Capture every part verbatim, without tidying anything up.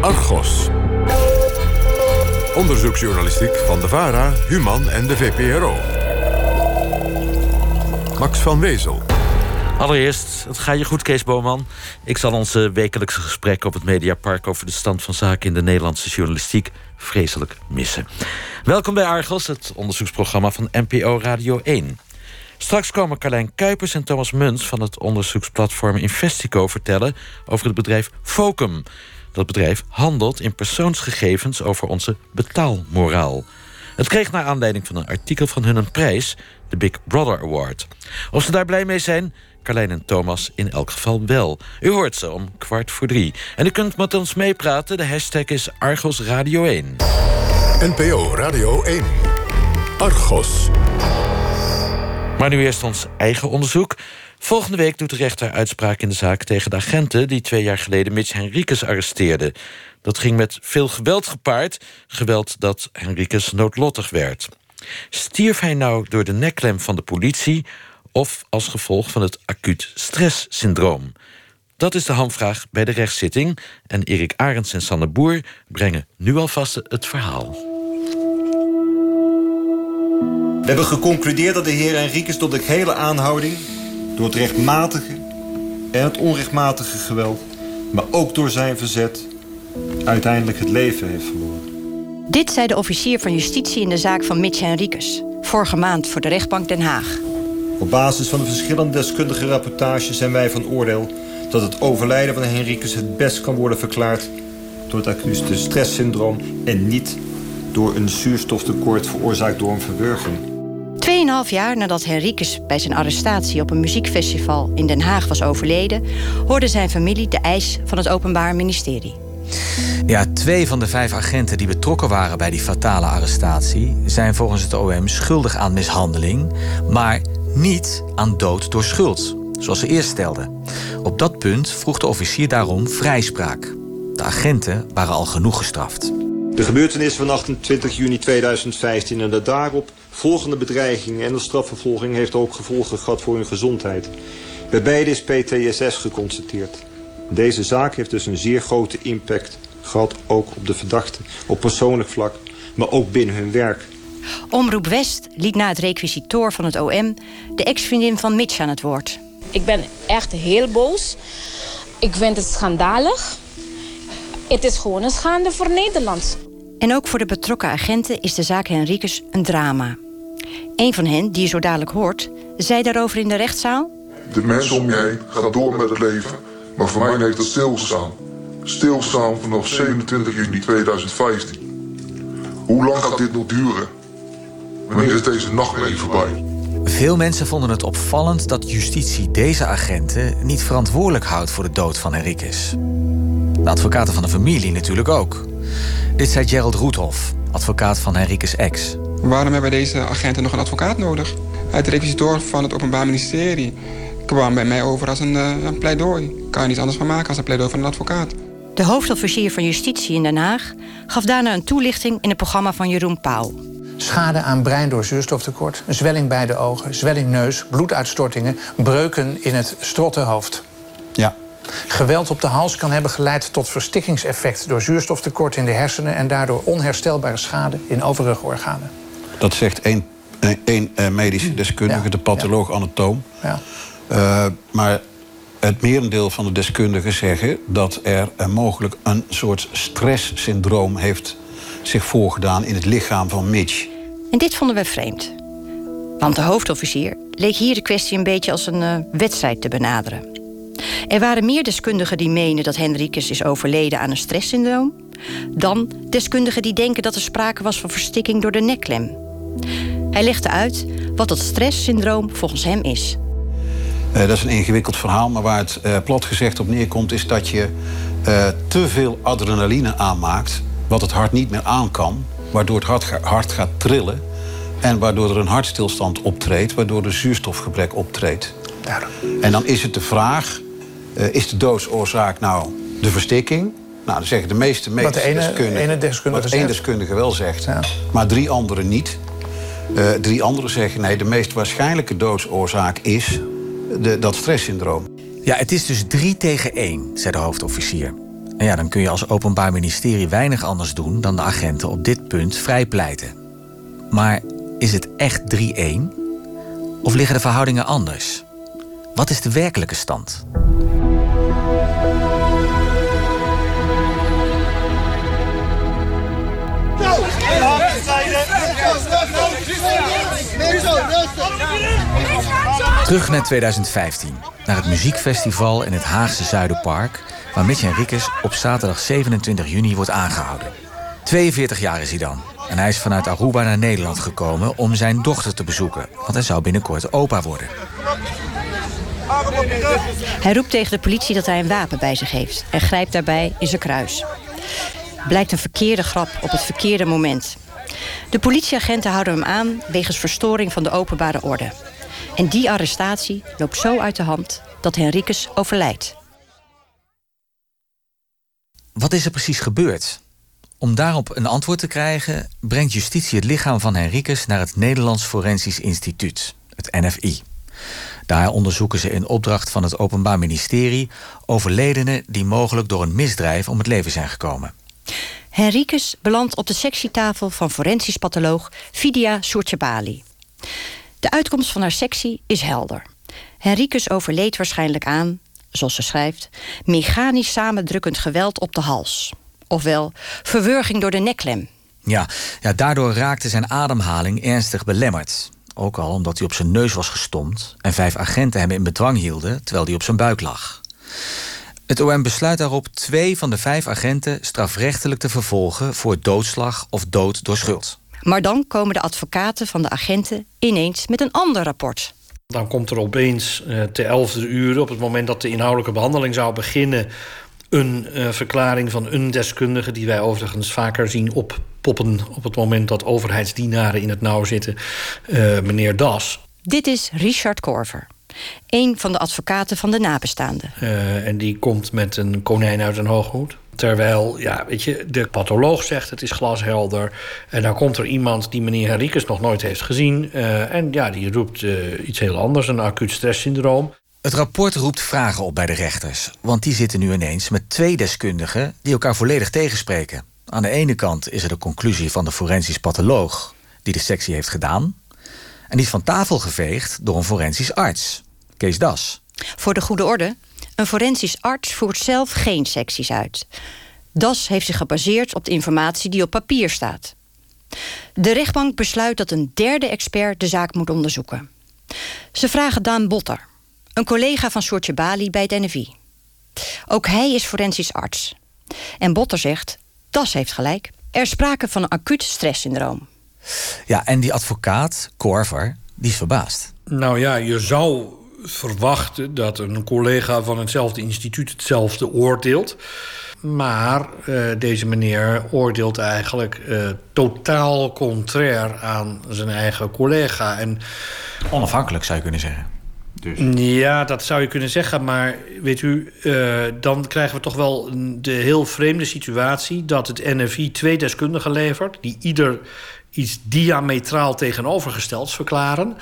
Argos. Onderzoeksjournalistiek van de VARA, Human en de V P R O. Max van Wezel. Allereerst, het gaat je goed, Kees Boman. Ik zal onze wekelijkse gesprekken op het Mediapark over de stand van zaken in de Nederlandse journalistiek vreselijk missen. Welkom bij Argos, het onderzoeksprogramma van N P O Radio één. Straks komen Carlijn Kuipers en Thomas Muns van het onderzoeksplatform Investico vertellen over het bedrijf Focum. Dat bedrijf handelt in persoonsgegevens over onze betaalmoraal. Het kreeg naar aanleiding van een artikel van hun een prijs, de Big Brother Award. Of ze daar blij mee zijn? Carlijn en Thomas in elk geval wel. U hoort ze om kwart voor drie. En u kunt met ons meepraten. De hashtag is Argos Radio één. N P O Radio één. Argos. Maar nu eerst ons eigen onderzoek. Volgende week doet de rechter uitspraak in de zaak tegen de agenten die twee jaar geleden Mitch Henriques arresteerden. Dat ging met veel geweld gepaard. Geweld dat Henriques noodlottig werd. Stierf hij nou door de nekklem van de politie of als gevolg van het acuut stresssyndroom? Dat is de hamvraag bij de rechtszitting. En Erik Arends en Sanne Boer brengen nu alvast het verhaal. We hebben geconcludeerd dat de heer Henriques door de hele aanhouding, door het rechtmatige en het onrechtmatige geweld, maar ook door zijn verzet, uiteindelijk het leven heeft verloren. Dit zei de officier van justitie in de zaak van Mitch Henriques, vorige maand voor de rechtbank Den Haag. Op basis van de verschillende deskundige rapportages zijn wij van oordeel dat het overlijden van Henriques het best kan worden verklaard door het acute stresssyndroom en niet door een zuurstoftekort veroorzaakt door een verburging. Tweeënhalf jaar nadat Henriques bij zijn arrestatie op een muziekfestival in Den Haag was overleden, hoorde zijn familie de eis van het Openbaar Ministerie. Ja, twee van de vijf agenten die betrokken waren bij die fatale arrestatie zijn volgens het O M schuldig aan mishandeling, maar niet aan dood door schuld, zoals ze eerst stelden. Op dat punt vroeg de officier daarom vrijspraak. De agenten waren al genoeg gestraft. De gebeurtenissen van achtentwintig juni tweeduizend vijftien en de daarop volgende bedreigingen en de strafvervolging heeft ook gevolgen gehad voor hun gezondheid. Bij beide is P T S S geconstateerd. Deze zaak heeft dus een zeer grote impact gehad, ook op de verdachten, op persoonlijk vlak, maar ook binnen hun werk. Omroep West liet na het requisitoor van het O M de ex-vriendin van Mitch aan het woord. Ik ben echt heel boos. Ik vind het schandalig. Het is gewoon een schande voor Nederland. En ook voor de betrokken agenten is de zaak Henriques een drama. Een van hen, die je zo dadelijk hoort, zei daarover in de rechtszaal: de mensen om je heen gaan door met het leven, maar voor mij heeft het stilgestaan. Stilstaan vanaf zevenentwintig juni tweeduizend vijftien. Hoe lang gaat dit nog duren? Wanneer is deze nachtmerrie voorbij? Veel mensen vonden het opvallend dat justitie deze agenten niet verantwoordelijk houdt voor de dood van Henriques. De advocaten van de familie natuurlijk ook. Dit zei Gerald Roethoff, advocaat van Henriques ex. Waarom hebben deze agenten nog een advocaat nodig? Het requisitoor van het Openbaar Ministerie kwam bij mij over als een, uh, een pleidooi. Kan je niets anders van maken als een pleidooi van een advocaat. De hoofdofficier van justitie in Den Haag gaf daarna een toelichting in het programma van Jeroen Pauw. Schade aan brein door zuurstoftekort, een zwelling bij de ogen, zwelling neus, bloeduitstortingen, breuken in het strottenhoofd. Ja. Geweld op de hals kan hebben geleid tot verstikkingseffect door zuurstoftekort in de hersenen en daardoor onherstelbare schade in overige organen. Dat zegt één, één uh, medische deskundige, ja, de patholoog-anatoom. Ja. Uh, maar het merendeel van de deskundigen zeggen dat er uh, mogelijk een soort stresssyndroom heeft zich voorgedaan in het lichaam van Mitch. En dit vonden we vreemd. Want de hoofdofficier leek hier de kwestie een beetje als een uh, wedstrijd te benaderen. Er waren meer deskundigen die menen dat Henriques is overleden aan een stresssyndroom dan deskundigen die denken dat er sprake was van verstikking door de nekklem. Hij legde uit wat dat stresssyndroom volgens hem is. Uh, dat is een ingewikkeld verhaal, maar waar het uh, plat gezegd op neerkomt is dat je uh, te veel adrenaline aanmaakt, wat het hart niet meer aan kan, waardoor het hart, ga, hart gaat trillen en waardoor er een hartstilstand optreedt, waardoor er zuurstofgebrek optreedt. Ja. En dan is het de vraag, uh, is de doodsoorzaak nou de verstikking? Nou, dan zeggen de meeste medische ene, deskundigen, ene deskundige wat één deskundige wel zegt, ja. maar drie anderen niet. Uh, drie anderen zeggen nee, de meest waarschijnlijke doodsoorzaak is de, dat stresssyndroom. Ja, het is dus drie tegen één, zei de hoofdofficier. En ja, dan kun je als Openbaar Ministerie weinig anders doen dan de agenten op dit punt vrijpleiten. Maar is het echt drie-een? Of liggen de verhoudingen anders? Wat is de werkelijke stand? Terug naar tweeduizend vijftien, naar het muziekfestival in het Haagse Zuiderpark, waar Mitch Henriques op zaterdag zevenentwintig juni wordt aangehouden. tweeënveertig jaar is hij dan. En hij is vanuit Aruba naar Nederland gekomen om zijn dochter te bezoeken. Want hij zou binnenkort opa worden. Hij roept tegen de politie dat hij een wapen bij zich heeft en grijpt daarbij in zijn kruis. Blijkt een verkeerde grap op het verkeerde moment. De politieagenten houden hem aan wegens verstoring van de openbare orde. En die arrestatie loopt zo uit de hand dat Henriques overlijdt. Wat is er precies gebeurd? Om daarop een antwoord te krijgen, brengt justitie het lichaam van Henriques naar het Nederlands Forensisch Instituut, het N F I. Daar onderzoeken ze in opdracht van het Openbaar Ministerie overledenen die mogelijk door een misdrijf om het leven zijn gekomen. Henriques belandt op de sectietafel van forensisch patholoog Vidya Soertjebali. De uitkomst van haar sectie is helder. Henriques overleed waarschijnlijk aan, zoals ze schrijft, mechanisch samendrukkend geweld op de hals. Ofwel, verwurging door de nekklem. Ja, ja, daardoor raakte zijn ademhaling ernstig belemmerd. Ook al omdat hij op zijn neus was gestompt en vijf agenten hem in bedwang hielden terwijl hij op zijn buik lag. Het O M besluit daarop twee van de vijf agenten strafrechtelijk te vervolgen voor doodslag of dood door schuld. Maar dan komen de advocaten van de agenten ineens met een ander rapport. Dan komt er opeens uh, te elfde uur, op het moment dat de inhoudelijke behandeling zou beginnen, een uh, verklaring van een deskundige, die wij overigens vaker zien oppoppen op het moment dat overheidsdienaren in het nauw zitten, uh, meneer Das. Dit is Richard Korver, een van de advocaten van de nabestaanden. Uh, en die komt met een konijn uit een hoge hoed. Terwijl, ja, weet je, de patholoog zegt het is glashelder. En dan komt er iemand die meneer Henriques nog nooit heeft gezien. Uh, en ja, die roept uh, iets heel anders, een acuut stresssyndroom. Het rapport roept vragen op bij de rechters. Want die zitten nu ineens met twee deskundigen die elkaar volledig tegenspreken. Aan de ene kant is er de conclusie van de forensisch patholoog die de sectie heeft gedaan. En die is van tafel geveegd door een forensisch arts, Kees Das. Voor de goede orde, een forensisch arts voert zelf geen secties uit. Das heeft zich gebaseerd op de informatie die op papier staat. De rechtbank besluit dat een derde expert de zaak moet onderzoeken. Ze vragen Daan Botter, een collega van Soertjebali bij het N F I. Ook hij is forensisch arts. En Botter zegt, Das heeft gelijk. Er is sprake van een acuut stresssyndroom. Ja, en die advocaat, Korver, die is verbaasd. Nou ja, je zou verwachten dat een collega van hetzelfde instituut hetzelfde oordeelt. Maar uh, deze meneer oordeelt eigenlijk uh, totaal contrair aan zijn eigen collega. En onafhankelijk zou je kunnen zeggen. Dus. Ja, dat zou je kunnen zeggen. Maar weet u, uh, dan krijgen we toch wel de heel vreemde situatie dat het N F I twee deskundigen levert die ieder iets diametraal tegenovergestelds verklaren.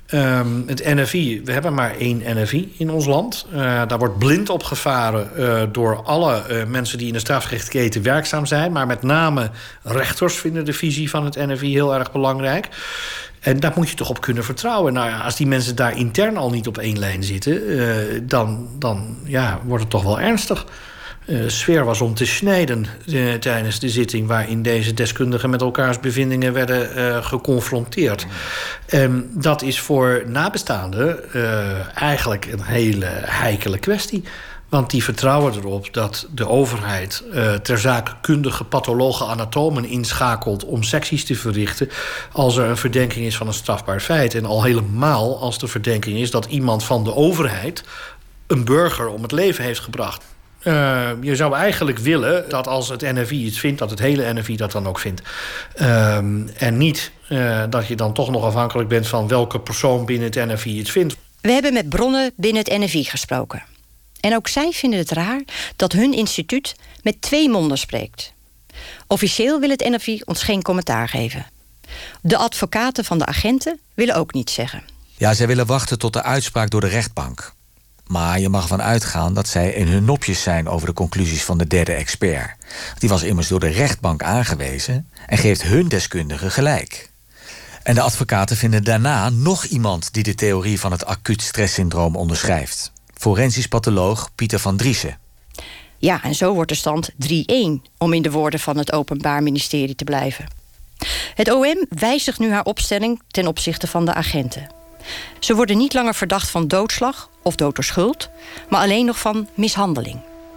Um, het N F I, we hebben maar één N F I in ons land. Uh, daar wordt blind op gevaren uh, door alle uh, mensen die in de strafrechtketen werkzaam zijn. Maar met name rechters vinden de visie van het N F I heel erg belangrijk. En daar moet je toch op kunnen vertrouwen. Nou ja, als die mensen daar intern al niet op één lijn zitten, uh, dan, dan ja, wordt het toch wel ernstig. De uh, sfeer was om te snijden uh, tijdens de zitting waarin deze deskundigen met elkaars bevindingen werden uh, geconfronteerd. En dat is voor nabestaanden uh, eigenlijk een hele heikele kwestie. Want die vertrouwen erop dat de overheid uh, ter zake kundige pathologen, anatomen inschakelt om secties te verrichten als er een verdenking is van een strafbaar feit. En al helemaal als de verdenking is dat iemand van de overheid een burger om het leven heeft gebracht. Uh, je zou eigenlijk willen dat als het N F I iets vindt, dat het hele N F I dat dan ook vindt. Uh, en niet uh, dat je dan toch nog afhankelijk bent van welke persoon binnen het N F I iets vindt. We hebben met bronnen binnen het N F I gesproken. En ook zij vinden het raar dat hun instituut met twee monden spreekt. Officieel wil het N F I ons geen commentaar geven. De advocaten van de agenten willen ook niets zeggen. Ja, zij willen wachten tot de uitspraak door de rechtbank. Maar je mag ervan uitgaan dat zij in hun nopjes zijn over de conclusies van de derde expert. Die was immers door de rechtbank aangewezen en geeft hun deskundige gelijk. En de advocaten vinden daarna nog iemand die de theorie van het acuut stresssyndroom onderschrijft. Forensisch patholoog Pieter van Driessen. Ja, en zo wordt de stand drie-een, om in de woorden van het Openbaar Ministerie te blijven. Het O M wijzigt nu haar opstelling ten opzichte van de agenten. Ze worden niet langer verdacht van doodslag of dood door schuld, maar alleen nog van mishandeling.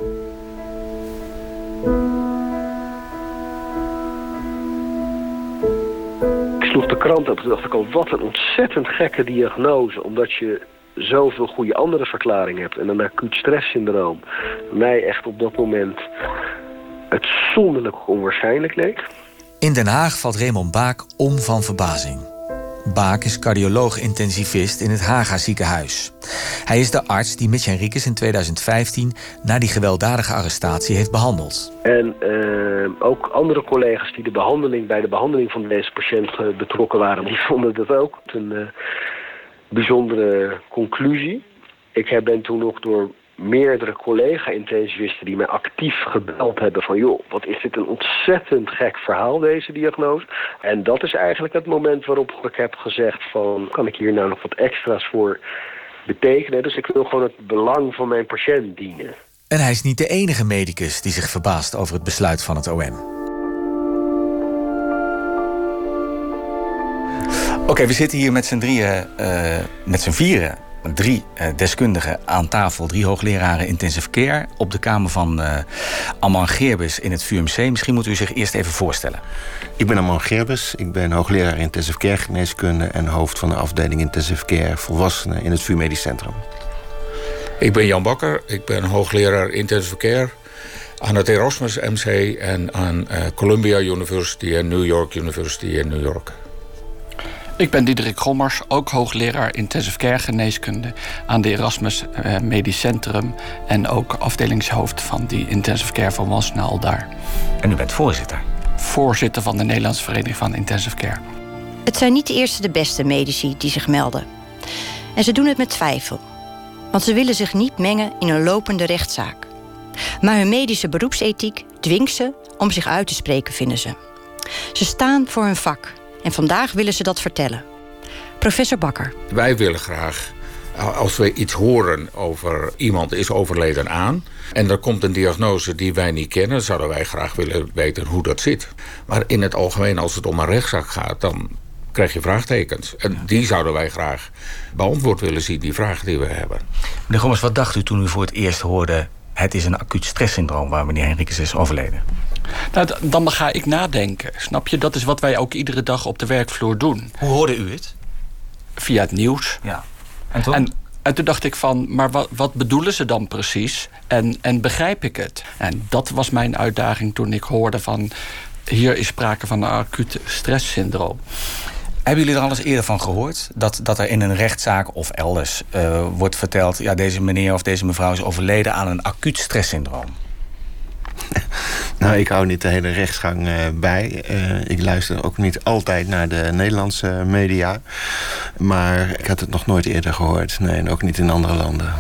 Ik sloeg de krant op en dacht ik al, wat een ontzettend gekke diagnose, omdat je zoveel goede andere verklaringen hebt. En een acuut stresssyndroom mij echt op dat moment uitzonderlijk onwaarschijnlijk leek. In Den Haag valt Raymond Baak om van verbazing. Baak is cardioloog-intensivist in het Haga ziekenhuis. Hij is de arts die Mitch Henriques in tweeduizend vijftien... na die gewelddadige arrestatie heeft behandeld. En uh, ook andere collega's die de behandeling, bij de behandeling van deze patiënt uh, betrokken waren, die vonden dat ook een uh, bijzondere conclusie. Ik ben toen nog door meerdere collega-intensivisten die mij actief gebeld hebben van, joh, wat is dit een ontzettend gek verhaal, deze diagnose. En dat is eigenlijk het moment waarop ik heb gezegd van, kan ik hier nou nog wat extra's voor betekenen? Dus ik wil gewoon het belang van mijn patiënt dienen. En hij is niet de enige medicus die zich verbaast over het besluit van het O M. Oké, okay, we zitten hier met z'n drieën, uh, met z'n vieren. Drie uh, deskundigen aan tafel, drie hoogleraren intensive care op de kamer van uh, Amman Geerbes in het V U M C. Misschien moet u zich eerst even voorstellen. Ik ben Amman Geerbes, ik ben hoogleraar intensive care geneeskunde en hoofd van de afdeling intensive care volwassenen in het V U Medisch Centrum. Ik ben Jan Bakker, ik ben hoogleraar intensive care aan het Erasmus M C en aan uh, Columbia University en New York University in New York. Ik ben Diederik Gommers, ook hoogleraar intensive care geneeskunde aan de Erasmus uh, Medisch Centrum en ook afdelingshoofd van die intensive care volwassenen al daar. En u bent voorzitter? Voorzitter van de Nederlandse Vereniging van Intensive Care. Het zijn niet de eerste de beste medici die zich melden. En ze doen het met twijfel. Want ze willen zich niet mengen in een lopende rechtszaak. Maar hun medische beroepsethiek dwingt ze om zich uit te spreken, vinden ze. Ze staan voor hun vak. En vandaag willen ze dat vertellen. Professor Bakker. Wij willen graag, als we iets horen over iemand is overleden aan, en er komt een diagnose die wij niet kennen, zouden wij graag willen weten hoe dat zit. Maar in het algemeen, als het om een rechtszaak gaat, dan krijg je vraagtekens. En die zouden wij graag beantwoord willen zien, die vragen die we hebben. Meneer Gommers, wat dacht u toen u voor het eerst hoorde, het is een acuut stresssyndroom waar meneer Henriques is overleden? Nou, dan ga ik nadenken. Snap je? Dat is wat wij ook iedere dag op de werkvloer doen. Hoe hoorde u het? Via het nieuws. Ja. En toen? En, en toen dacht ik van, maar wat, wat bedoelen ze dan precies? En, en begrijp ik het? En dat was mijn uitdaging toen ik hoorde van, hier is sprake van een acuut stresssyndroom. Hebben jullie er al eens eerder van gehoord? Dat, dat er in een rechtszaak of elders uh, wordt verteld, ja, deze meneer of deze mevrouw is overleden aan een acuut stresssyndroom? Nou, ik hou niet de hele rechtsgang uh, bij. Uh, ik luister ook niet altijd naar de Nederlandse media. Maar ik had het nog nooit eerder gehoord. Nee, en ook niet in andere landen.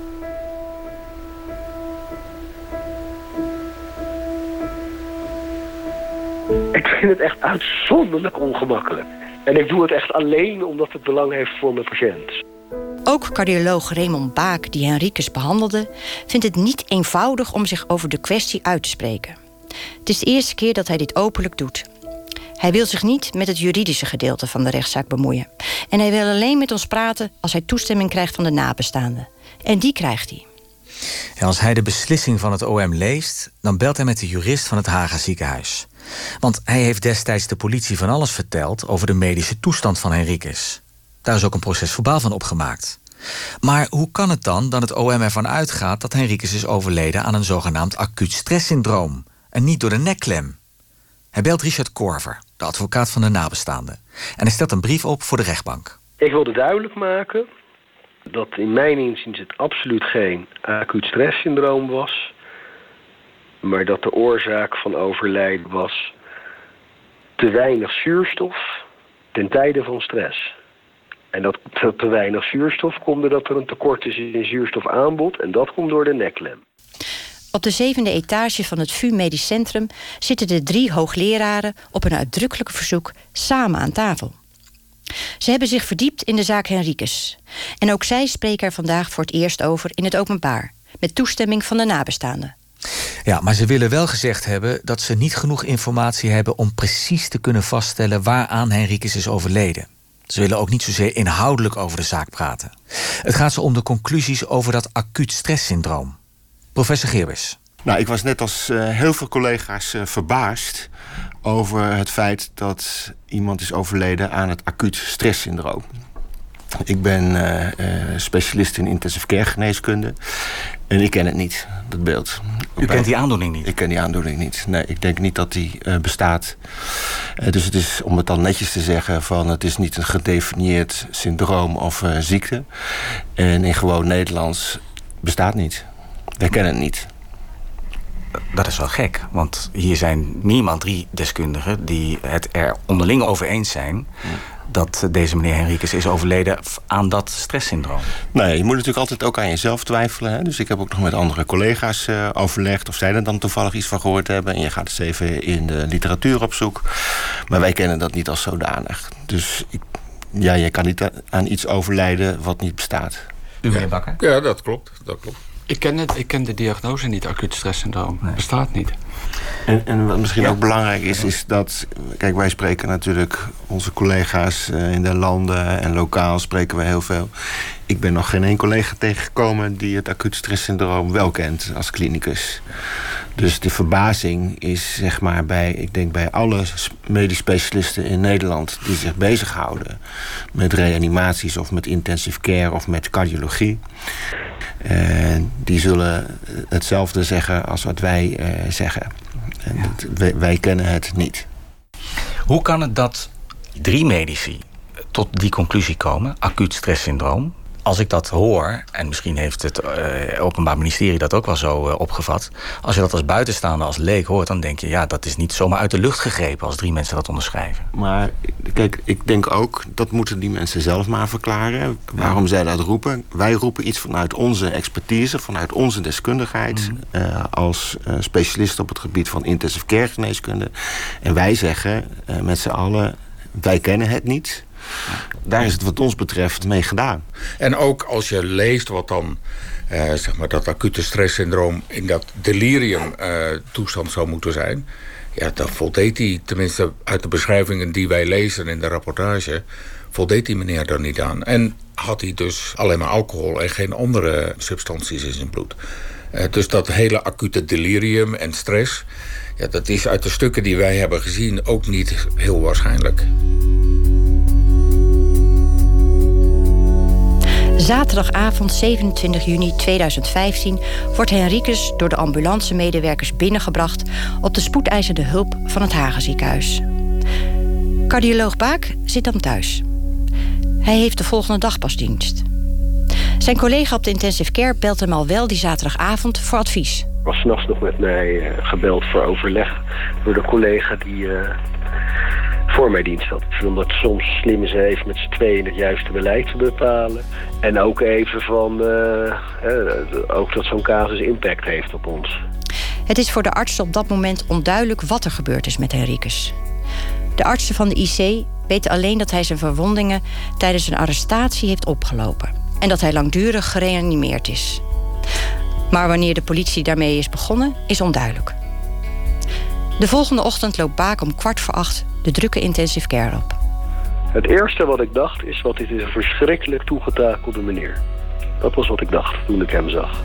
Ik vind het echt uitzonderlijk ongemakkelijk. En ik doe het echt alleen omdat het belang heeft voor mijn patiënt. Ook cardioloog Raymond Baak, die Henriques behandelde, vindt het niet eenvoudig om zich over de kwestie uit te spreken. Het is de eerste keer dat hij dit openlijk doet. Hij wil zich niet met het juridische gedeelte van de rechtszaak bemoeien. En hij wil alleen met ons praten als hij toestemming krijgt van de nabestaanden. En die krijgt hij. En als hij de beslissing van het O M leest, dan belt hij met de jurist van het Haga ziekenhuis. Want hij heeft destijds de politie van alles verteld over de medische toestand van Henriques. Daar is ook een procesverbaal van opgemaakt. Maar hoe kan het dan dat het O M ervan uitgaat dat Henriques is overleden aan een zogenaamd acuut stresssyndroom en niet door de nekklem? Hij belt Richard Korver, de advocaat van de nabestaanden, en hij stelt een brief op voor de rechtbank. Ik wilde duidelijk maken dat in mijn inziens het absoluut geen acuut stresssyndroom was, maar dat de oorzaak van overlijden was te weinig zuurstof ten tijde van stress. En dat er te weinig zuurstof komt doordat er een tekort is in zuurstofaanbod. En dat komt door de nekklem. Op de zevende etage van het V U Medisch Centrum zitten de drie hoogleraren op een uitdrukkelijk verzoek samen aan tafel. Ze hebben zich verdiept in de zaak Henriques. En ook zij spreken er vandaag voor het eerst over in het openbaar, met toestemming van de nabestaanden. Ja, maar ze willen wel gezegd hebben dat ze niet genoeg informatie hebben om precies te kunnen vaststellen waaraan Henriques is overleden. Ze willen ook niet zozeer inhoudelijk over de zaak praten. Het gaat ze om de conclusies over dat acuut stresssyndroom. Professor Geerbers. Nou, ik was net als uh, heel veel collega's uh, verbaasd over het feit dat iemand is overleden aan het acuut stresssyndroom. Ik ben uh, uh, specialist in intensive care geneeskunde en ik ken het niet, dat beeld. U kent die aandoening niet? Ik ken die aandoening niet. Nee, ik denk niet dat die uh, bestaat. Uh, dus het is, om het dan netjes te zeggen, van het is niet een gedefinieerd syndroom of uh, ziekte. En in gewoon Nederlands bestaat niet. Wij kennen het niet. Dat is wel gek, want hier zijn minimaal drie deskundigen die het er onderling over eens zijn ja. dat deze meneer Henriques is overleden aan dat stresssyndroom. Nou ja, je moet natuurlijk altijd ook aan jezelf twijfelen. Hè? Dus ik heb ook nog met andere collega's uh, overlegd of zij er dan toevallig iets van gehoord hebben. En je gaat eens even in de literatuur op zoek. Maar wij kennen dat niet als zodanig. Dus ik, ja, je kan niet aan iets overlijden wat niet bestaat. U meneer Bakker? Ja, dat klopt. Dat klopt. Ik ken, het, ik ken de diagnose niet, acuut stresssyndroom. Nee. Bestaat niet. En, en wat misschien ja. ook belangrijk is, is dat... Kijk, wij spreken natuurlijk onze collega's in de landen en lokaal spreken we heel veel. Ik ben nog geen één collega tegengekomen die het acuut stresssyndroom wel kent als klinicus. Dus de verbazing is zeg maar bij, ik denk bij alle medisch specialisten in Nederland die zich bezighouden met reanimaties of met intensive care of met cardiologie. Uh, die zullen hetzelfde zeggen als wat wij uh, zeggen. En het, wij, wij kennen het niet. Hoe kan het dat drie medici tot die conclusie komen, acuut stresssyndroom? Als ik dat hoor, en misschien heeft het uh, Openbaar Ministerie dat ook wel zo uh, opgevat, als je dat als buitenstaander, als leek hoort, dan denk je, ja, dat is niet zomaar uit de lucht gegrepen als drie mensen dat onderschrijven. Maar kijk, ik denk ook, dat moeten die mensen zelf maar verklaren, waarom ja. zij dat roepen. Wij roepen iets vanuit onze expertise, vanuit onze deskundigheid, mm. uh, als uh, specialist op het gebied van intensive care geneeskunde. En wij zeggen uh, met z'n allen, wij kennen het niet. Daar is het wat ons betreft mee gedaan. En ook als je leest wat dan eh, zeg maar dat acute stresssyndroom in dat delirium eh, toestand zou moeten zijn, ja, dan voldeed hij, tenminste uit de beschrijvingen die wij lezen in de rapportage, voldeed die meneer er niet aan. En had hij dus alleen maar alcohol en geen andere substanties in zijn bloed. Eh, dus dat hele acute delirium en stress, ja, dat is uit de stukken die wij hebben gezien ook niet heel waarschijnlijk. Zaterdagavond zevenentwintig juni tweeduizend vijftien wordt Henriques door de ambulancemedewerkers binnengebracht op de spoedeisende hulp van het Hagenziekenhuis. Cardioloog Baak zit dan thuis. Hij heeft de volgende dag pas dienst. Zijn collega op de intensive care belt hem al wel die zaterdagavond voor advies. Ik was 's nachts nog met mij gebeld voor overleg door de collega die uh, voor mij dienst had. Omdat het soms slim is even met z'n tweeën het juiste beleid te bepalen. En ook even van, uh, uh, ook dat zo'n casus impact heeft op ons. Het is voor de artsen op dat moment onduidelijk wat er gebeurd is met Henriques. De artsen van de I C weten alleen dat hij zijn verwondingen tijdens een arrestatie heeft opgelopen. En dat hij langdurig gereanimeerd is. Maar wanneer de politie daarmee is begonnen, is onduidelijk. De volgende ochtend loopt Baak om kwart voor acht de drukke intensive care op. Het eerste wat ik dacht is, wat dit is een verschrikkelijk toegetakelde meneer. Dat was wat ik dacht toen ik hem zag.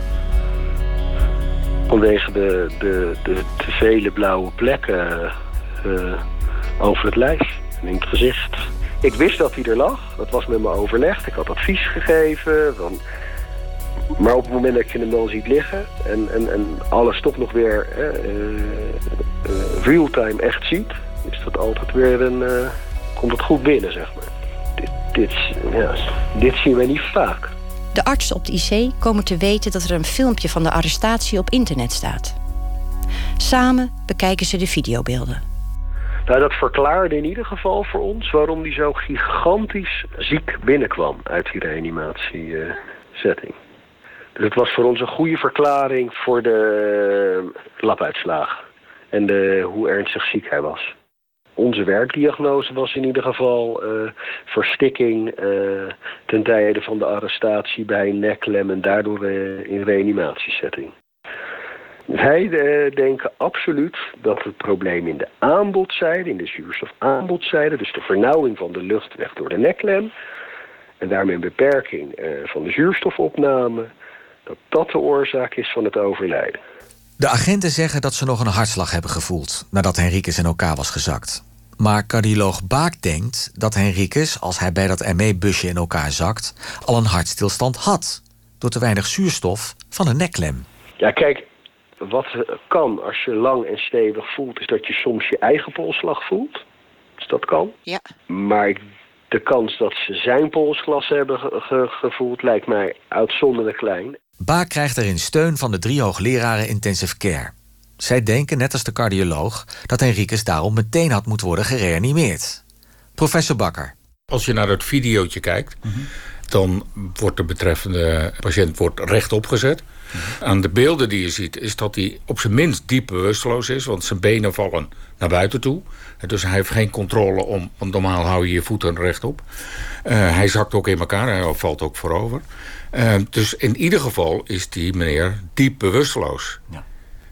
Vanwege de, de, de te vele blauwe plekken uh, over het lijf en in het gezicht. Ik wist dat hij er lag, dat was met me overlegd. Ik had advies gegeven. Van... Maar op het moment dat je hem dan ziet liggen en, en, en alles toch nog weer uh, uh, real-time echt ziet, is dat altijd weer een, uh, komt het goed binnen, zeg maar. Dit, dit, ja, dit zien wij niet vaak. De artsen op de I C komen te weten dat er een filmpje van de arrestatie op internet staat. Samen bekijken ze de videobeelden. Nou, dat verklaarde in ieder geval voor ons waarom hij zo gigantisch ziek binnenkwam uit die reanimatiesetting. Dus het was voor ons een goede verklaring voor de labuitslagen en de, hoe ernstig ziek hij was. Onze werkdiagnose was in ieder geval uh, verstikking uh, ten tijde van de arrestatie bij een nekklem en daardoor uh, in reanimatiesetting. Wij uh, denken absoluut dat het probleem in de aanbodzijde, in de zuurstofaanbodzijde, dus de vernauwing van de luchtweg door de nekklem en daarmee een beperking uh, van de zuurstofopname, dat dat de oorzaak is van het overlijden. De agenten zeggen dat ze nog een hartslag hebben gevoeld nadat Henriques in elkaar was gezakt. Maar cardioloog Baak denkt dat Henriques, als hij bij dat M E-busje in elkaar zakt, al een hartstilstand had door te weinig zuurstof van een nekklem. Ja, kijk, wat kan als je lang en stevig voelt, is dat je soms je eigen polsslag voelt. Dus dat kan. Ja. Maar de kans dat ze zijn polsglas hebben ge- ge- gevoeld lijkt mij uitzonderlijk klein. Baak krijgt erin steun van de drie hoogleraren intensive care. Zij denken, net als de cardioloog, dat Henriques daarom meteen had moeten worden gereanimeerd. Professor Bakker. Als je naar het videootje kijkt, mm-hmm. dan wordt de betreffende patiënt wordt rechtop gezet. Mm-hmm. Aan de beelden die je ziet is dat hij op zijn minst diep bewusteloos is, want zijn benen vallen naar buiten toe. Dus hij heeft geen controle om, want normaal hou je je voeten rechtop. Uh, hij zakt ook in elkaar, hij valt ook voorover. Uh, dus in ieder geval is die meneer diep bewusteloos. Ja.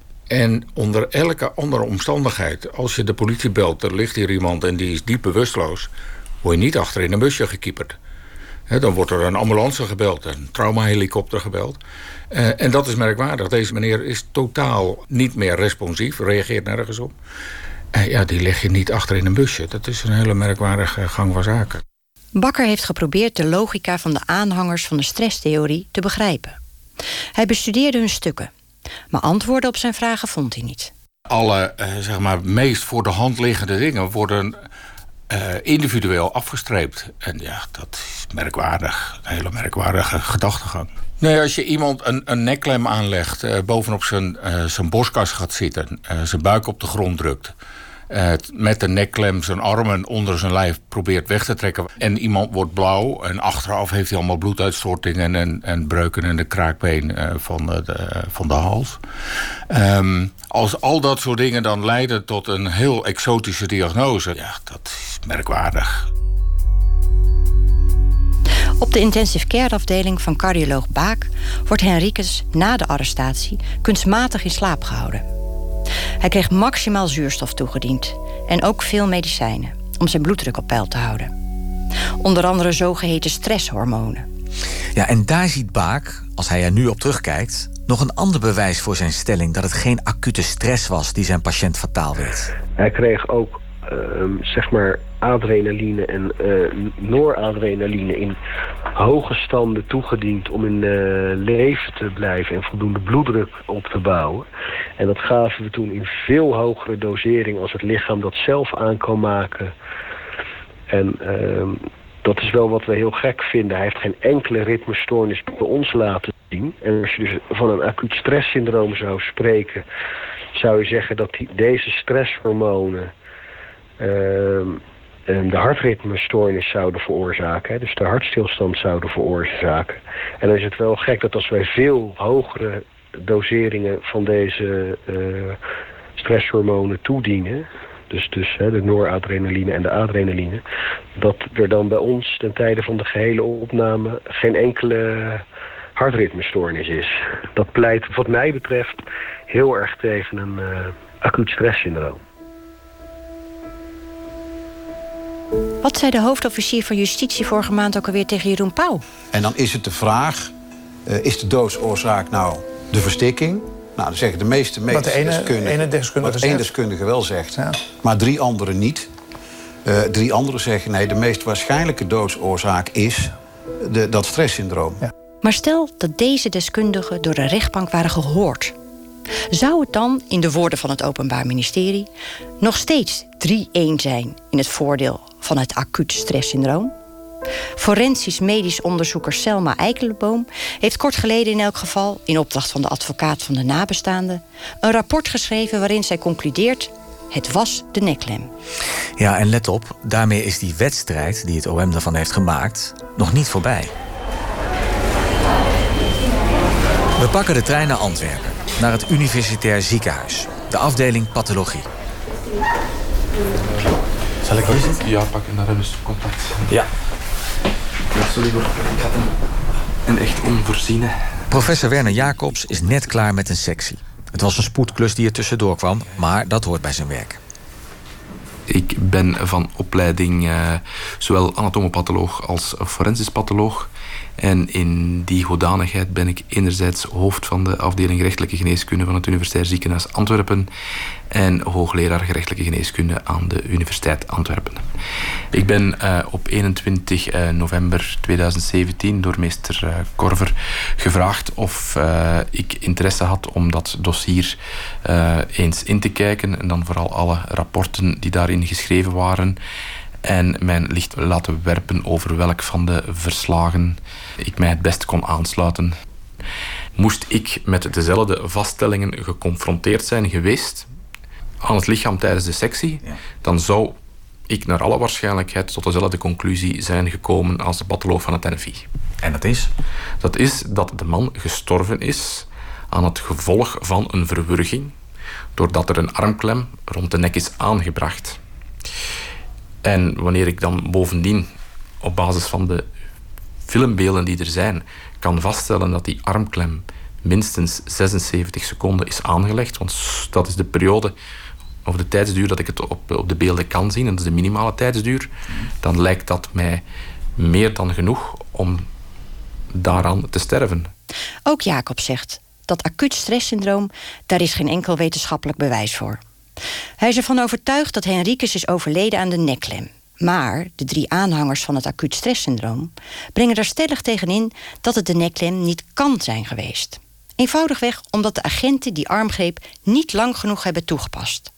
En onder elke andere omstandigheid, als je de politie belt, er ligt hier iemand en die is diep bewusteloos, word je niet achter in een busje gekieperd. He, dan wordt er een ambulance gebeld, een traumahelikopter gebeld. Uh, en dat is merkwaardig. Deze meneer is totaal niet meer responsief, reageert nergens op. Uh, ja, die leg je niet achter in een busje. Dat is een hele merkwaardige gang van zaken. Bakker heeft geprobeerd de logica van de aanhangers van de stresstheorie te begrijpen. Hij bestudeerde hun stukken, maar antwoorden op zijn vragen vond hij niet. Alle uh, zeg maar, meest voor de hand liggende dingen worden uh, individueel afgestreept. En ja, dat is merkwaardig. Een hele merkwaardige gedachtegang. Nee, als je iemand een, een nekklem aanlegt, uh, bovenop zijn, uh, zijn borstkas gaat zitten, uh, zijn buik op de grond drukt, Uh, met de nekklem zijn armen onder zijn lijf probeert weg te trekken. En iemand wordt blauw en achteraf heeft hij allemaal bloeduitstortingen en, en breuken in de kraakbeen uh, van, de, de, van de hals. Um, als al dat soort dingen dan leiden tot een heel exotische diagnose, ja, dat is merkwaardig. Op de intensive care afdeling van cardioloog Baak wordt Henriques na de arrestatie kunstmatig in slaap gehouden. Hij kreeg maximaal zuurstof toegediend en ook veel medicijnen om zijn bloeddruk op peil te houden. Onder andere zogeheten stresshormonen. Ja, en daar ziet Baak, als hij er nu op terugkijkt, nog een ander bewijs voor zijn stelling dat het geen acute stress was die zijn patiënt fataal werd. Hij kreeg ook uh, zeg maar adrenaline en uh, noradrenaline in hoge standen toegediend om in uh, leven te blijven en voldoende bloeddruk op te bouwen. En dat gaven we toen in veel hogere dosering als het lichaam dat zelf aan kan maken. En uh, dat is wel wat we heel gek vinden. Hij heeft geen enkele ritmestoornis bij ons laten zien. En als je dus van een acuut stresssyndroom zou spreken, zou je zeggen dat die, deze stresshormonen uh, de hartritmestoornis zouden veroorzaken. Hè, dus de hartstilstand zouden veroorzaken. En dan is het wel gek dat als wij veel hogere doseringen van deze uh, stresshormonen toedienen, dus, dus hè, de noradrenaline en de adrenaline, dat er dan bij ons ten tijde van de gehele opname geen enkele hartritmestoornis is. Dat pleit wat mij betreft heel erg tegen een uh, acuut stresssyndroom. Wat zei de hoofdofficier van Justitie vorige maand ook alweer tegen Jeroen Pauw? En dan is het de vraag, uh, is de doodsoorzaak nou de verstikking? Nou, dan zeggen de meeste medisch wat de ene, deskundigen, ene deskundige wat één deskundige wel zegt, ja. Maar drie anderen niet. Uh, drie anderen zeggen, nee, de meest waarschijnlijke doodsoorzaak is de, dat stresssyndroom. Ja. Maar stel dat deze deskundigen door de rechtbank waren gehoord. Zou het dan, in de woorden van het Openbaar Ministerie, nog steeds drie-een zijn in het voordeel van het acuut stresssyndroom? Forensisch medisch onderzoeker Selma Eikelenboom heeft kort geleden in elk geval, in opdracht van de advocaat van de nabestaanden, een rapport geschreven waarin zij concludeert: Het was de nekklem. Ja, en let op, daarmee is die wedstrijd die het O M daarvan heeft gemaakt nog niet voorbij. We pakken de trein naar Antwerpen, naar het Universitair Ziekenhuis. De afdeling pathologie. Zal ik hier zitten? Ja, pak en daar hebben ze contact. Ja. Sorry hoor, ik had een, een echt onvoorziene. Professor Werner Jacobs is net klaar met een sectie. Het was een spoedklus die er tussendoor kwam, maar dat hoort bij zijn werk. Ik ben van opleiding uh, zowel anatomopatholoog als forensisch patholoog. En in die hoedanigheid ben ik enerzijds hoofd van de afdeling gerechtelijke geneeskunde van het Universitair Ziekenhuis Antwerpen en hoogleraar gerechtelijke geneeskunde aan de Universiteit Antwerpen. Ik ben uh, op eenentwintig november tweeduizend zeventien door meester uh, Korver gevraagd of uh, ik interesse had om dat dossier uh, eens in te kijken en dan vooral alle rapporten die daarin geschreven waren en mijn licht laten werpen over welk van de verslagen ik mij het best kon aansluiten. Moest ik met dezelfde vaststellingen geconfronteerd zijn geweest aan het lichaam tijdens de sectie, ja. dan zou ik naar alle waarschijnlijkheid tot dezelfde conclusie zijn gekomen als de patholoog van het N F I. En dat is? Dat is dat de man gestorven is aan het gevolg van een verwurging, doordat er een armklem rond de nek is aangebracht. En wanneer ik dan bovendien op basis van de filmbeelden die er zijn kan vaststellen dat die armklem minstens zesenzeventig seconden is aangelegd, want dat is de periode of de tijdsduur dat ik het op, op de beelden kan zien, en dat is de minimale tijdsduur, dan lijkt dat mij meer dan genoeg om daaraan te sterven. Ook Jacob zegt dat acuut stresssyndroom, daar is geen enkel wetenschappelijk bewijs voor. Hij is ervan overtuigd dat Henricus is overleden aan de nekklem. Maar de drie aanhangers van het acuut stresssyndroom brengen er stellig tegenin dat het de nekklem niet kan zijn geweest. Eenvoudigweg omdat de agenten die armgreep niet lang genoeg hebben toegepast.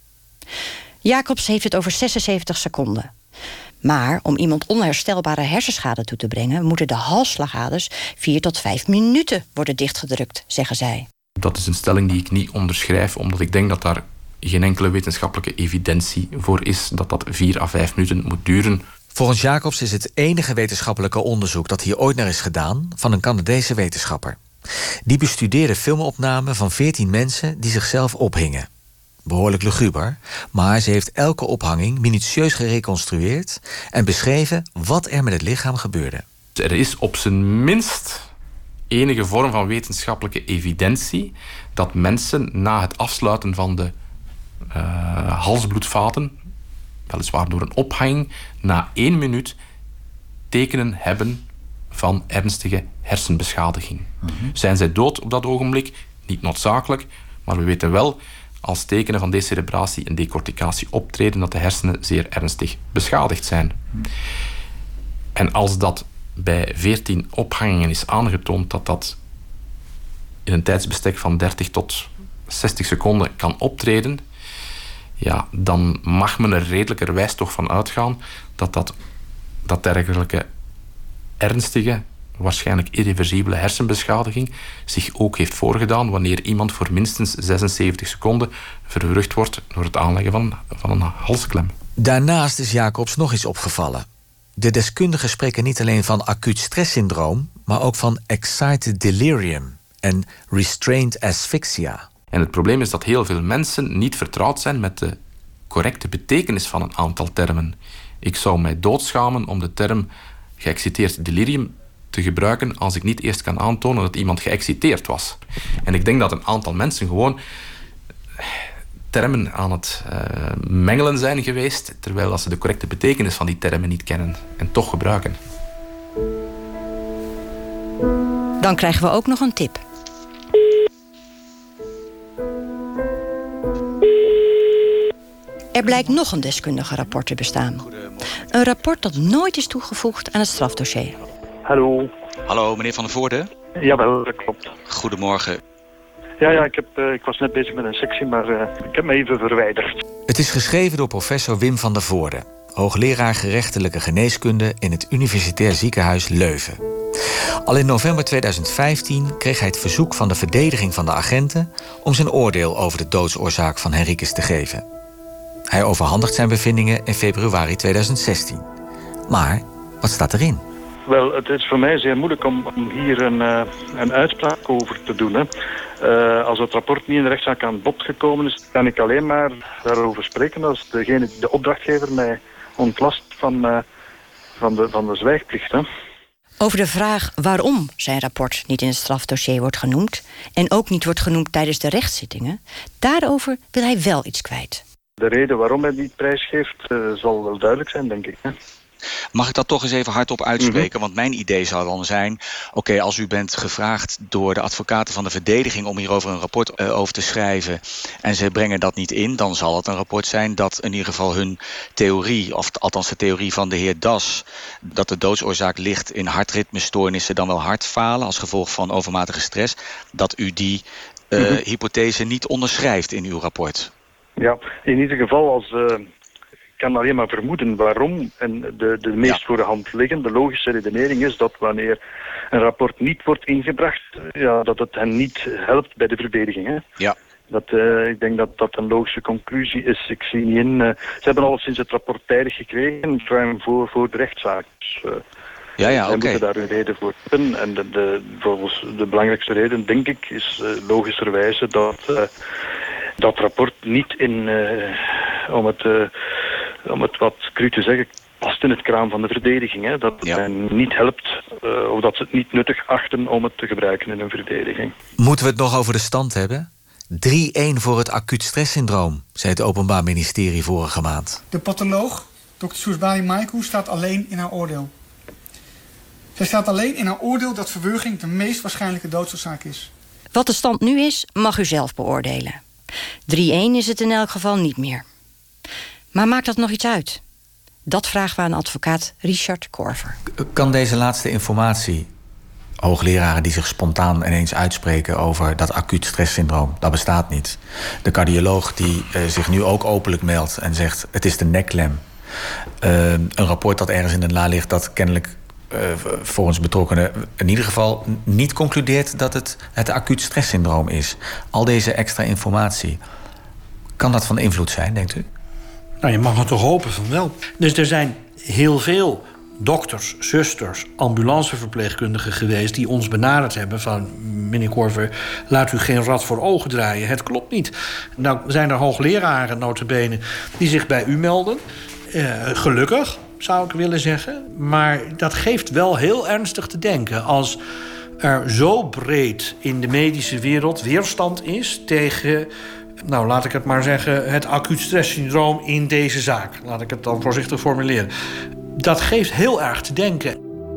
Jacobs heeft het over zesenzeventig seconden. Maar om iemand onherstelbare hersenschade toe te brengen, moeten de halsslagaders vier tot vijf minuten worden dichtgedrukt, zeggen zij. Dat is een stelling die ik niet onderschrijf, omdat ik denk dat daar geen enkele wetenschappelijke evidentie voor is dat dat vier à vijf minuten moet duren. Volgens Jacobs is het enige wetenschappelijke onderzoek dat hier ooit naar is gedaan van een Canadese wetenschapper. Die bestudeerde filmopnamen van veertien mensen die zichzelf ophingen. Behoorlijk luguber, maar ze heeft elke ophanging minutieus gereconstrueerd en beschreven wat er met het lichaam gebeurde. Er is op zijn minst enige vorm van wetenschappelijke evidentie dat mensen na het afsluiten van de uh, halsbloedvaten, weliswaar door een ophanging, na één minuut tekenen hebben van ernstige hersenbeschadiging. Mm-hmm. Zijn zij dood op dat ogenblik? Niet noodzakelijk, maar we weten wel als tekenen van decerebratie en decorticatie optreden dat de hersenen zeer ernstig beschadigd zijn. Mm-hmm. En als dat bij veertien ophangingen is aangetoond dat dat in een tijdsbestek van dertig tot zestig seconden kan optreden, ja, dan mag men er redelijkerwijs toch van uitgaan dat dat, dat dergelijke ernstige, waarschijnlijk irreversibele hersenbeschadiging zich ook heeft voorgedaan wanneer iemand voor minstens zesenzeventig seconden verwurgd wordt door het aanleggen van, van een halsklem. Daarnaast is Jacobs nog iets opgevallen. De deskundigen spreken niet alleen van acuut stresssyndroom, maar ook van excited delirium en restrained asphyxia. En het probleem is dat heel veel mensen niet vertrouwd zijn met de correcte betekenis van een aantal termen. Ik zou mij doodschamen om de term geëxciteerd delirium te gebruiken als ik niet eerst kan aantonen dat iemand geëxciteerd was. En ik denk dat een aantal mensen gewoon termen aan het uh, mengelen zijn geweest, terwijl ze de correcte betekenis van die termen niet kennen en toch gebruiken. Dan krijgen we ook nog een tip. Er blijkt nog een deskundige rapport te bestaan. Een rapport dat nooit is toegevoegd aan het strafdossier. Hallo. Hallo, meneer Van der Voorde. Jawel, dat klopt. Goedemorgen. Ja, ja ik, heb, uh, ik was net bezig met een sectie, maar uh, ik heb me even verwijderd. Het is geschreven door professor Wim van der Voorde, hoogleraar gerechtelijke geneeskunde in het Universitair Ziekenhuis Leuven. Al in november tweeduizend vijftien kreeg hij het verzoek van de verdediging van de agenten om zijn oordeel over de doodsoorzaak van Henricus te geven. Hij overhandigt zijn bevindingen in februari tweeduizend zestien. Maar wat staat erin? Wel, het is voor mij zeer moeilijk om, om hier een, uh, een uitspraak over te doen. Hè. Uh, als het rapport niet in de rechtszaak aan bod gekomen is, kan ik alleen maar daarover spreken als degene, de opdrachtgever mij ontlast van, uh, van, de, van de zwijgplicht. Hè. Over de vraag waarom zijn rapport niet in het strafdossier wordt genoemd en ook niet wordt genoemd tijdens de rechtszittingen, daarover wil hij wel iets kwijt. De reden waarom hij niet prijsgeeft uh, zal wel duidelijk zijn, denk ik. Hè. Mag ik dat toch eens even hardop uitspreken? Mm-hmm. Want mijn idee zou dan zijn, oké, okay, als u bent gevraagd door de advocaten van de verdediging om hierover een rapport uh, over te schrijven en ze brengen dat niet in, dan zal het een rapport zijn dat in ieder geval hun theorie, of althans de theorie van de heer Das, dat de doodsoorzaak ligt in hartritmestoornissen, dan wel hartfalen als gevolg van overmatige stress, dat u die uh, mm-hmm. hypothese niet onderschrijft in uw rapport. Ja, in ieder geval als... Uh... Ik kan alleen maar vermoeden waarom. En de, de meest ja. voor de hand liggende logische redenering is dat wanneer een rapport niet wordt ingebracht, ja, dat het hen niet helpt bij de verdediging. Hè? Ja. Dat, uh, ik denk dat dat een logische conclusie is. Ik zie niet in... Uh, ze hebben alleszins het rapport tijdig gekregen, ruim voor, voor de rechtszaak. Dus, uh, ja, ja, zij okay. moeten daar een reden voor hebben. En de, de, volgens de belangrijkste reden, denk ik, is uh, logischerwijze dat uh, dat rapport niet in... Uh, om het... Uh, om het wat cru te zeggen, past in het kraam van de verdediging. Hè? Dat het ja. hen niet helpt, uh, of dat ze het niet nuttig achten om het te gebruiken in een verdediging. Moeten we het nog over de stand hebben? drie-een voor het acuut stresssyndroom, zei het Openbaar Ministerie vorige maand. De patholoog, dokter Soesbali Maiku, staat alleen in haar oordeel. Zij staat alleen in haar oordeel dat verwurging de meest waarschijnlijke doodsoorzaak is. Wat de stand nu is, mag u zelf beoordelen. drie-een is het in elk geval niet meer. Maar maakt dat nog iets uit? Dat vragen we aan advocaat Richard Korver. Kan deze laatste informatie, hoogleraren die zich spontaan ineens uitspreken over dat acuut stresssyndroom, dat bestaat niet. De cardioloog die uh, zich nu ook openlijk meldt en zegt het is de nekklem. Uh, een rapport dat ergens in de la ligt dat kennelijk uh, volgens betrokkenen in ieder geval niet concludeert dat het het acuut stresssyndroom is. Al deze extra informatie, kan dat van invloed zijn, denkt u? Nou, je mag het toch hopen van wel. Dus er zijn heel veel dokters, zusters, ambulanceverpleegkundigen geweest die ons benaderd hebben van meneer Korver, laat u geen rad voor ogen draaien. Het klopt niet. Nou zijn er hoogleraren nota bene die zich bij u melden. Uh, gelukkig, zou ik willen zeggen. Maar dat geeft wel heel ernstig te denken als er zo breed in de medische wereld weerstand is tegen, nou, laat ik het maar zeggen, het acuut stresssyndroom in deze zaak. Laat ik het dan voorzichtig formuleren. Dat geeft heel erg te denken.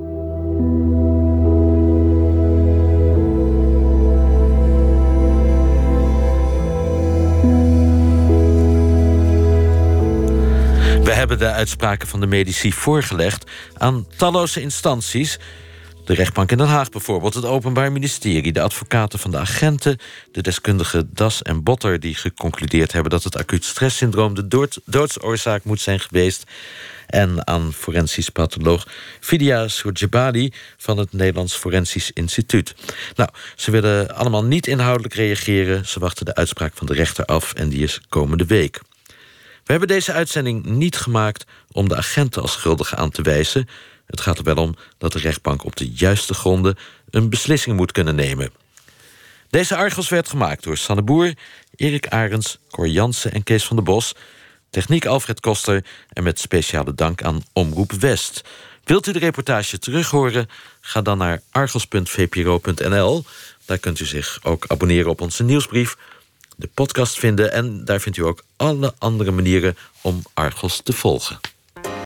We hebben de uitspraken van de medici voorgelegd aan talloze instanties. De rechtbank in Den Haag bijvoorbeeld, het Openbaar Ministerie, de advocaten van de agenten, de deskundigen Das en Botter die geconcludeerd hebben dat het acuut stresssyndroom de dood, doodsoorzaak moet zijn geweest, en aan forensisch patholoog Vidya Soorjebali van het Nederlands Forensisch Instituut. Nou, ze willen allemaal niet inhoudelijk reageren. Ze wachten de uitspraak van de rechter af en die is komende week. We hebben deze uitzending niet gemaakt om de agenten als schuldigen aan te wijzen. Het gaat er wel om dat de rechtbank op de juiste gronden een beslissing moet kunnen nemen. Deze Argos werd gemaakt door Sanne Boer, Erik Arends, Cor Jansen en Kees van der Bos. Techniek Alfred Koster en met speciale dank aan Omroep West. Wilt u de reportage terughoren? Ga dan naar argos punt v p r o punt n l. Daar kunt u zich ook abonneren op onze nieuwsbrief, de podcast vinden en daar vindt u ook alle andere manieren om Argos te volgen.